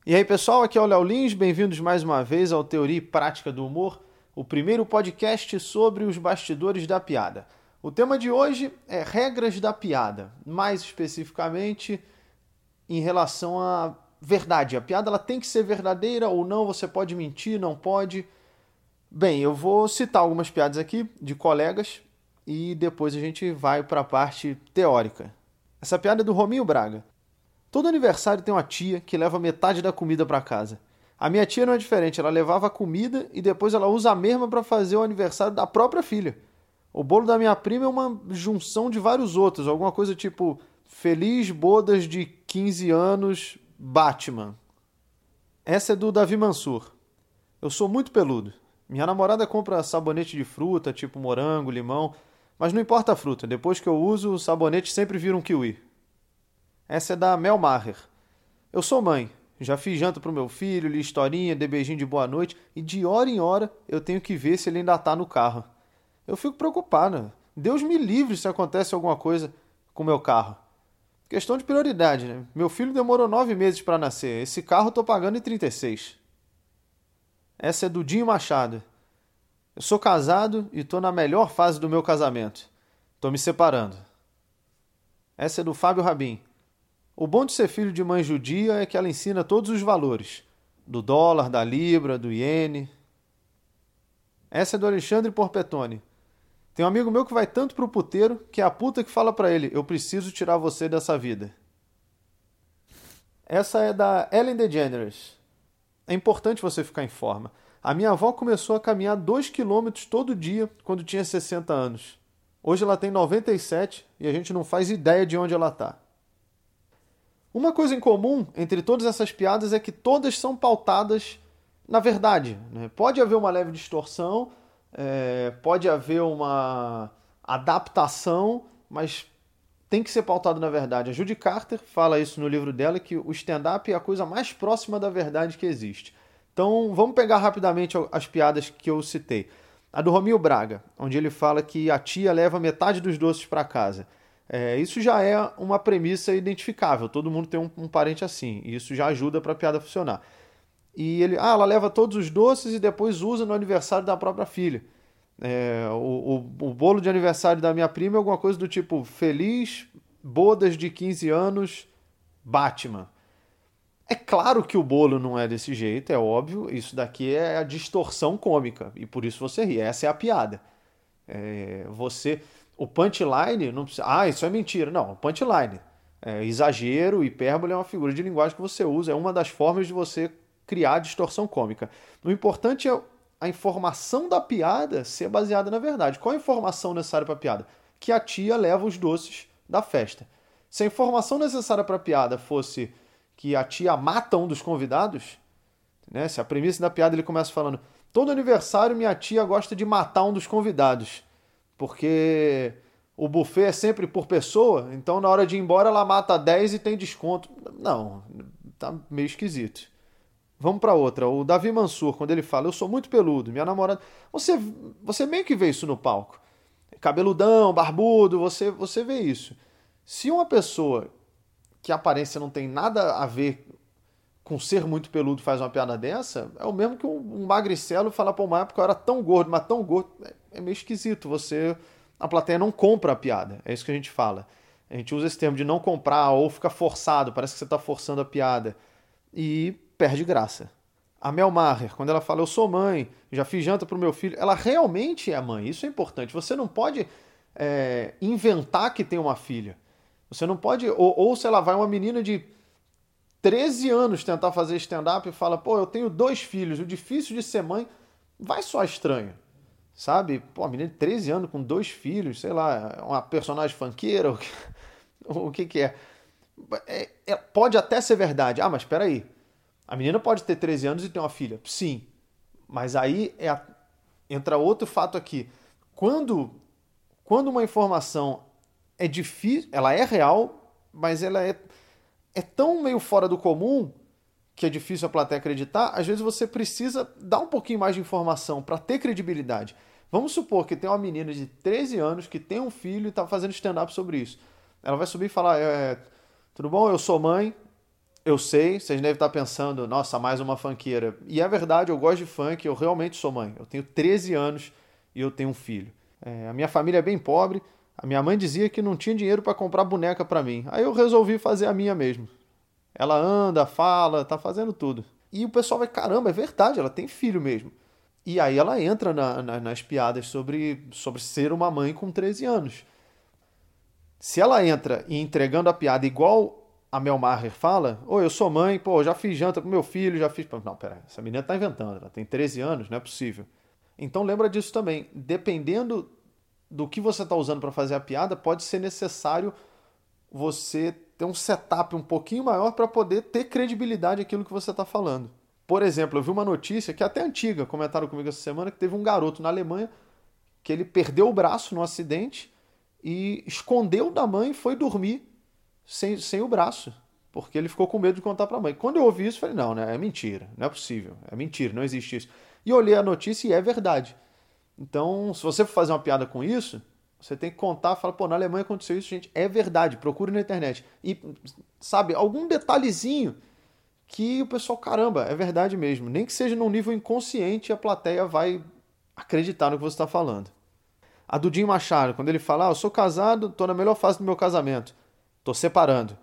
E aí, pessoal, aqui é o Léo Lins, bem-vindos mais uma vez ao Teoria e Prática do Humor, o primeiro podcast sobre os bastidores da piada. O tema de hoje é regras da piada, mais especificamente em relação à verdade. A piada ela tem que ser verdadeira ou não, você pode mentir, não pode. Bem, eu vou citar algumas piadas aqui de colegas e depois a gente vai para a parte teórica. Essa piada é do Rominho Braga. Todo aniversário tem uma tia que leva metade da comida para casa. A minha tia não é diferente, ela levava a comida e depois ela usa a mesma para fazer o aniversário da própria filha. O bolo da minha prima é uma junção de vários outros, alguma coisa tipo Feliz Bodas de 15 anos Batman. Essa é do Davi Mansur. Eu sou muito peludo. Minha namorada compra sabonete de fruta, tipo morango, limão, mas não importa a fruta, depois que eu uso, o sabonete sempre vira um kiwi. Essa é da Mel Maher. Eu sou mãe. Já fiz janta pro meu filho, li historinha, dei beijinho de boa noite e de hora em hora eu tenho que ver se ele ainda tá no carro. Eu fico preocupado. Deus me livre se acontece alguma coisa com o meu carro. Questão de prioridade, né? Meu filho demorou 9 meses para nascer. Esse carro eu tô pagando em 36. Essa é do Dinho Machado. Eu sou casado e tô na melhor fase do meu casamento. Tô me separando. Essa é do Fábio Rabin. O bom de ser filho de mãe judia é que ela ensina todos os valores. Do dólar, da libra, do iene. Essa é do Alexandre Porpetone. Tem um amigo meu que vai tanto pro puteiro que é a puta que fala pra ele: eu preciso tirar você dessa vida. Essa é da Ellen DeGeneres. É importante você ficar em forma. A minha avó começou a caminhar 2 quilômetros todo dia quando tinha 60 anos. Hoje ela tem 97 e a gente não faz ideia de onde ela está. Uma coisa em comum entre todas essas piadas é que todas são pautadas na verdade. Né? Pode haver uma leve distorção, pode haver uma adaptação, mas tem que ser pautado na verdade. A Judy Carter fala isso no livro dela, que o stand-up é a coisa mais próxima da verdade que existe. Então vamos pegar rapidamente as piadas que eu citei. A do Romil Braga, onde ele fala que a tia leva metade dos doces para casa. Isso já é uma premissa identificável, todo mundo tem um parente assim, e isso já ajuda para a piada funcionar. E ela leva todos os doces e depois usa no aniversário da própria filha. O bolo de aniversário da minha prima é alguma coisa do tipo Feliz Bodas de 15 anos Batman. É claro que o bolo não é desse jeito, é óbvio, isso daqui é a distorção cômica, e por isso você ri, essa é a piada. Você. O punchline não precisa. Ah, isso é mentira. Não, punchline. Exagero, hipérbole é uma figura de linguagem que você usa, é uma das formas de você criar distorção cômica. O importante é a informação da piada ser baseada na verdade. Qual a informação necessária para a piada? Que a tia leva os doces da festa. Se a informação necessária para a piada fosse que a tia mata um dos convidados, né? Se a premissa da piada ele começa falando: todo aniversário minha tia gosta de matar um dos convidados, porque o buffet é sempre por pessoa, então na hora de ir embora ela mata 10 e tem desconto. Não, tá meio esquisito. Vamos para outra. O Davi Mansur, quando ele fala: eu sou muito peludo, minha namorada. Você meio que vê isso no palco. Cabeludão, barbudo, você vê isso. Se uma pessoa que a aparência não tem nada a ver com ser muito peludo faz uma piada dessa, é o mesmo que um magricelo falar, pô, uma época eu era tão gordo, mas tão gordo. É meio esquisito. A plateia não compra a piada. É isso que a gente fala. A gente usa esse termo de não comprar ou fica forçado, parece que você está forçando a piada. E perde graça. A Mel Maher, quando ela fala, eu sou mãe, já fiz janta pro meu filho, ela realmente é mãe. Isso é importante. Você não pode inventar que tem uma filha. Você não pode. Ou sei lá, vai uma menina de 13 anos tentar fazer stand-up e fala, pô, eu tenho 2 filhos, o difícil de ser mãe vai soar estranho, sabe? Pô, a menina de 13 anos com 2 filhos, sei lá, uma personagem funkeira, o que que é? Pode até ser verdade. Ah, mas espera aí. A menina pode ter 13 anos e ter uma filha. Sim. Mas aí entra outro fato aqui. Quando uma informação é difícil, ela é real, mas ela é tão meio fora do comum que é difícil a plateia acreditar, às vezes você precisa dar um pouquinho mais de informação para ter credibilidade. Vamos supor que tem uma menina de 13 anos que tem um filho e está fazendo stand-up sobre isso. Ela vai subir e falar: tudo bom, eu sou mãe, Eu sei, vocês devem estar pensando, nossa, mais uma funkeira. E é verdade, eu gosto de funk, eu realmente sou mãe. Eu tenho 13 anos e eu tenho um filho. A minha família é bem pobre, a minha mãe dizia que não tinha dinheiro para comprar boneca para mim. Aí eu resolvi fazer a minha mesmo. Ela anda, fala, tá fazendo tudo. E o pessoal vai, caramba, é verdade, ela tem filho mesmo. E aí ela entra nas piadas sobre ser uma mãe com 13 anos. Se ela entra e entregando a piada igual a Mel Maher fala, eu sou mãe, pô, já fiz janta com meu filho, já fiz... Não, pera, essa menina tá inventando, ela tem 13 anos, não é possível. Então lembra disso também, dependendo do que você está usando para fazer a piada, pode ser necessário você ter um setup um pouquinho maior para poder ter credibilidade aquilo que você está falando. Por exemplo, eu vi uma notícia que é até antiga, comentaram comigo essa semana, que teve um garoto na Alemanha que ele perdeu o braço no acidente e escondeu da mãe e foi dormir sem o braço, porque ele ficou com medo de contar para a mãe. Quando eu ouvi isso, eu falei, não, né, é mentira, não é possível, é mentira, não existe isso. E olhei a notícia e é verdade. Então, se você for fazer uma piada com isso, você tem que contar, fala, pô, na Alemanha aconteceu isso, gente, é verdade, procure na internet. E, sabe, algum detalhezinho que o pessoal, caramba, é verdade mesmo. Nem que seja num nível inconsciente, a plateia vai acreditar no que você está falando. A Dudinho Machado, quando ele fala, eu sou casado, tô na melhor fase do meu casamento, tô separando.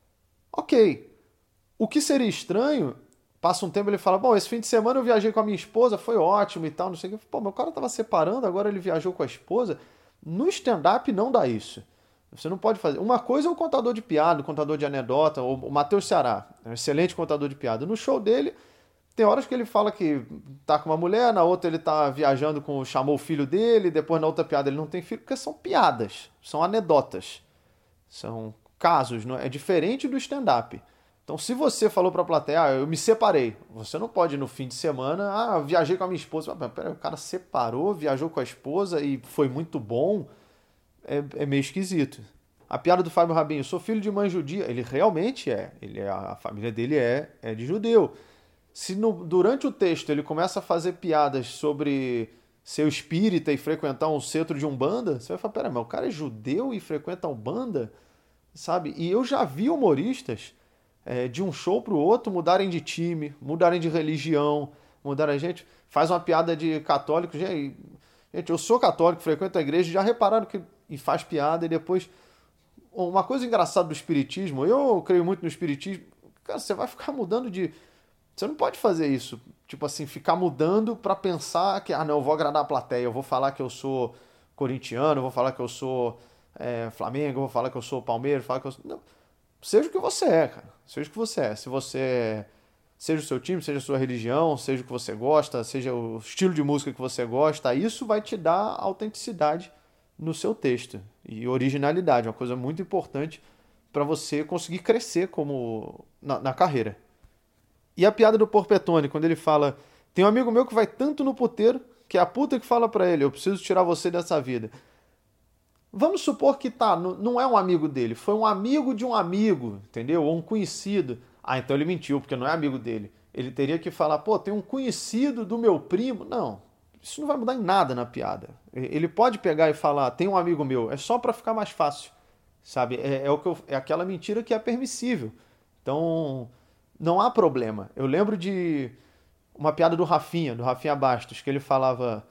Ok. O que seria estranho, passa um tempo ele fala, bom, esse fim de semana eu viajei com a minha esposa, foi ótimo e tal, não sei o que. Pô, meu cara tava separando, agora ele viajou com a esposa. No stand-up não dá isso. Você não pode fazer. Uma coisa é o contador de piada, o contador de anedota, o Matheus Ceará, é um excelente contador de piada. No show dele, tem horas que ele fala que tá com uma mulher, na outra ele tá viajando chamou o filho dele, depois na outra piada ele não tem filho, porque são piadas, são anedotas, são casos, não é diferente do stand-up. Então, se você falou pra plateia, eu me separei, você não pode no fim de semana, viajei com a minha esposa. Peraí, o cara separou, viajou com a esposa e foi muito bom. É meio esquisito. A piada do Fábio Rabinho, sou filho de mãe judia, ele realmente é. A família dele é de judeu. Se durante o texto ele começa a fazer piadas sobre ser espírita e frequentar um centro de umbanda, você vai falar, pera, mas o cara é judeu e frequenta umbanda? Sabe? E eu já vi humoristas de um show pro outro mudarem de time, mudarem de religião, mudarem... Gente, faz uma piada de católico, gente, eu sou católico, frequento a igreja, já repararam que... E faz piada e depois... Uma coisa engraçada do espiritismo, eu creio muito no espiritismo, cara, você vai ficar mudando de... Você não pode fazer isso, tipo assim, ficar mudando pra pensar que, não, eu vou agradar a plateia, eu vou falar que eu sou corintiano, eu vou falar que eu sou Flamengo, eu vou falar que eu sou Palmeiras, falar que eu sou... Não. Seja o que você é, cara. Seja o que você é. Se você... Seja o seu time, seja a sua religião, seja o que você gosta, seja o estilo de música que você gosta, isso vai te dar autenticidade no seu texto. E originalidade, uma coisa muito importante para você conseguir crescer como na carreira. E a piada do Porpetone, quando ele fala, tem um amigo meu que vai tanto no puteiro que é a puta que fala pra ele, eu preciso tirar você dessa vida. Vamos supor que não é um amigo dele, foi um amigo de um amigo, entendeu? Ou um conhecido. Então ele mentiu, porque não é amigo dele. Ele teria que falar, pô, tem um conhecido do meu primo. Não, isso não vai mudar em nada na piada. Ele pode pegar e falar, tem um amigo meu, é só pra ficar mais fácil, sabe? É aquela mentira que é permissível. Então, não há problema. Eu lembro de uma piada do Rafinha Bastos, que ele falava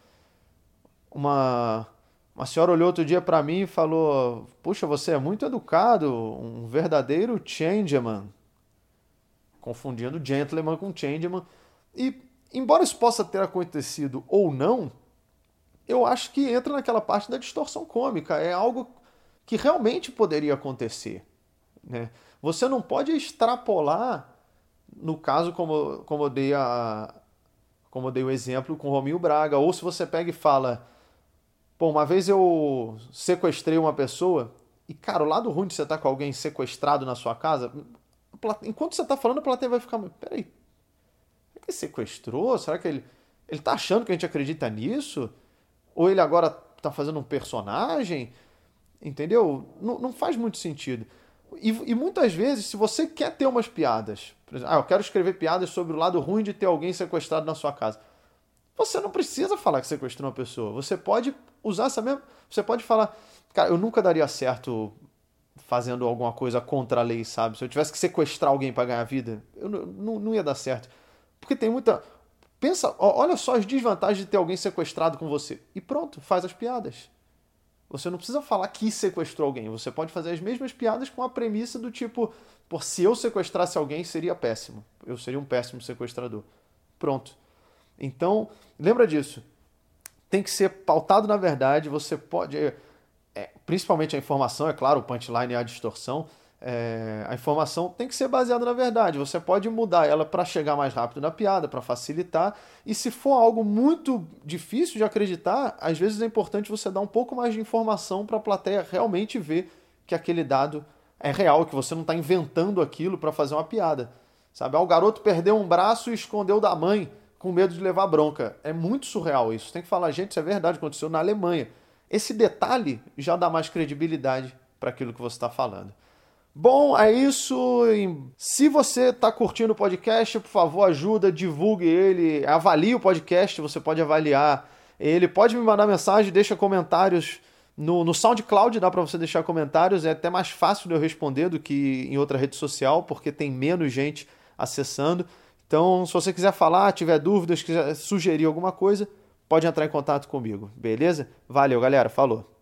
uma senhora olhou outro dia pra mim e falou, puxa, você é muito educado, um verdadeiro changeman. Confundindo gentleman com changeman. E, embora isso possa ter acontecido ou não, eu acho que entra naquela parte da distorção cômica. É algo que realmente poderia acontecer, né? Você não pode extrapolar, no caso como eu dei o exemplo com o Rominho Braga, ou se você pega e fala, pô, uma vez eu sequestrei uma pessoa, e cara, o lado ruim de você estar com alguém sequestrado na sua casa, enquanto você está falando, a plateia vai ficar, peraí, será que ele sequestrou? Será que ele tá achando que a gente acredita nisso? Ou ele agora tá fazendo um personagem? Entendeu? Não faz muito sentido. E muitas vezes, se você quer ter umas piadas, por exemplo, eu quero escrever piadas sobre o lado ruim de ter alguém sequestrado na sua casa. Você não precisa falar que sequestrou uma pessoa. Você pode usar essa mesma... Você pode falar, cara, eu nunca daria certo fazendo alguma coisa contra a lei, sabe? Se eu tivesse que sequestrar alguém para ganhar vida, eu não ia dar certo. Porque tem muita. Pensa, olha só as desvantagens de ter alguém sequestrado com você. E pronto, faz as piadas. Você não precisa falar que sequestrou alguém. Você pode fazer as mesmas piadas com a premissa do tipo, pô, se eu sequestrasse alguém, seria péssimo. Eu seria um péssimo sequestrador. Pronto. Então, lembra disso. Tem que ser pautado na verdade. Você pode... principalmente a informação, é claro, o punchline e a distorção. A informação tem que ser baseada na verdade. Você pode mudar ela para chegar mais rápido na piada, para facilitar. E se for algo muito difícil de acreditar, às vezes é importante você dar um pouco mais de informação para a plateia realmente ver que aquele dado é real, que você não está inventando aquilo para fazer uma piada. Sabe? O garoto perdeu um braço e escondeu da mãe com medo de levar bronca. É muito surreal isso. Tem que falar, gente, isso é verdade, aconteceu na Alemanha. Esse detalhe já dá mais credibilidade para aquilo que você está falando. Bom, é isso. Se você está curtindo o podcast, por favor, ajuda, divulgue ele, avalie o podcast, você pode avaliar ele. Pode me mandar mensagem, deixa comentários no SoundCloud, dá para você deixar comentários. É até mais fácil de eu responder do que em outra rede social, porque tem menos gente acessando. Então, se você quiser falar, tiver dúvidas, quiser sugerir alguma coisa, pode entrar em contato comigo, beleza? Valeu, galera. Falou.